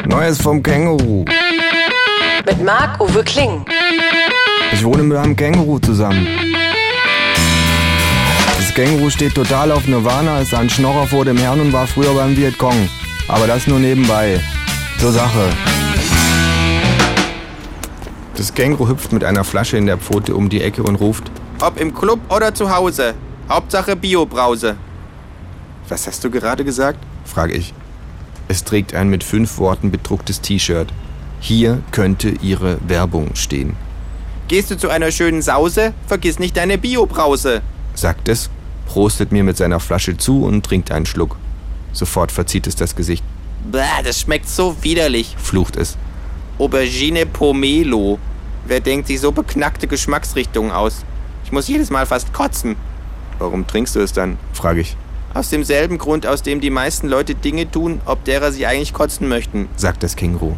Neues vom Känguru. Mit Marc-Uwe Kling. Ich wohne mit einem Känguru zusammen. Das Känguru steht total auf Nirvana, ist ein Schnorrer vor dem Herrn und war früher beim Vietcong. Aber das nur nebenbei. Zur Sache. Das Känguru hüpft mit einer Flasche in der Pfote um die Ecke und ruft: Ob im Club oder zu Hause. Hauptsache Bio-Brause. Was hast du gerade gesagt? Frage ich. Es trägt ein mit 5 Worten bedrucktes T-Shirt. Hier könnte ihre Werbung stehen. Gehst du zu einer schönen Sause, vergiss nicht deine Bio-Brause, sagt es, prostet mir mit seiner Flasche zu und trinkt einen Schluck. Sofort verzieht es das Gesicht. Bäh, das schmeckt so widerlich, flucht es. Aubergine Pomelo. Wer denkt sich so beknackte Geschmacksrichtungen aus? Ich muss jedes Mal fast kotzen. Warum trinkst du es dann? Frage ich. Aus demselben Grund, aus dem die meisten Leute Dinge tun, ob derer sie eigentlich kotzen möchten, sagt das Känguru.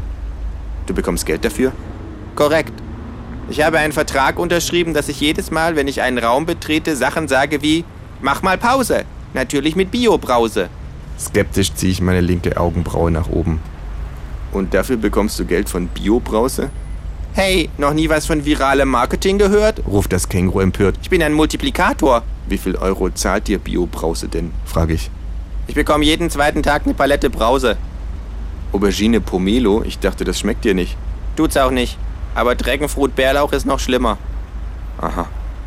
Du bekommst Geld dafür? Korrekt. Ich habe einen Vertrag unterschrieben, dass ich jedes Mal, wenn ich einen Raum betrete, Sachen sage wie: Mach mal Pause. Natürlich mit Bio-Brause. Skeptisch ziehe ich meine linke Augenbraue nach oben. Und dafür bekommst du Geld von Bio-Brause? Hey, noch nie was von viralem Marketing gehört? Ruft das Känguru empört. Ich bin ein Multiplikator. Wie viel Euro zahlt dir Bio-Brause denn? Frage ich. Ich bekomme jeden zweiten Tag eine Palette Brause. Aubergine Pomelo? Ich dachte, das schmeckt dir nicht. Tut's auch nicht. Aber Dragonfruit Bärlauch ist noch schlimmer. Aha.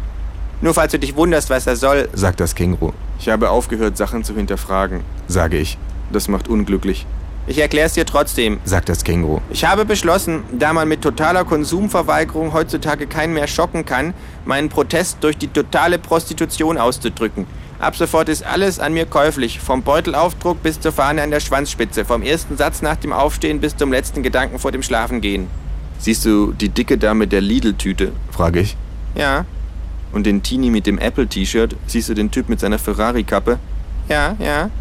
Nur falls du dich wunderst, was er soll, sagt das Känguru. Ich habe aufgehört, Sachen zu hinterfragen, sage ich. Das macht unglücklich. Ich erklär's dir trotzdem, sagt das Känguru. Ich habe beschlossen, da man mit totaler Konsumverweigerung heutzutage keinen mehr schocken kann, meinen Protest durch die totale Prostitution auszudrücken. Ab sofort ist alles an mir käuflich, vom Beutelaufdruck bis zur Fahne an der Schwanzspitze, vom ersten Satz nach dem Aufstehen bis zum letzten Gedanken vor dem Schlafengehen. Siehst du die dicke Dame mit der Lidl-Tüte? Frage ich. Ja. Und den Teenie mit dem Apple-T-Shirt? Siehst du den Typ mit seiner Ferrari-Kappe? Ja.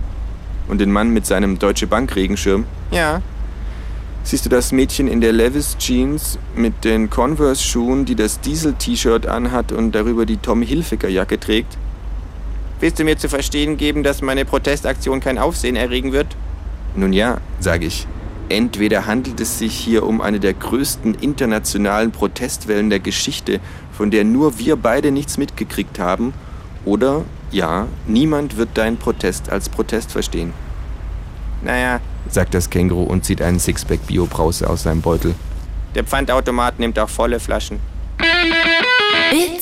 Und den Mann mit seinem Deutsche Bank-Regenschirm? Ja. Siehst du das Mädchen in der Levi's-Jeans mit den Converse-Schuhen, die das Diesel-T-Shirt anhat und darüber die Tommy Hilfiger-Jacke trägt? Willst du mir zu verstehen geben, dass meine Protestaktion kein Aufsehen erregen wird? Nun ja, sage ich. Entweder handelt es sich hier um eine der größten internationalen Protestwellen der Geschichte, von der nur wir beide nichts mitgekriegt haben, oder, ja, niemand wird deinen Protest als Protest verstehen. Naja, sagt das Känguru und zieht einen Sixpack Bio-Brause aus seinem Beutel. Der Pfandautomat nimmt auch volle Flaschen. It's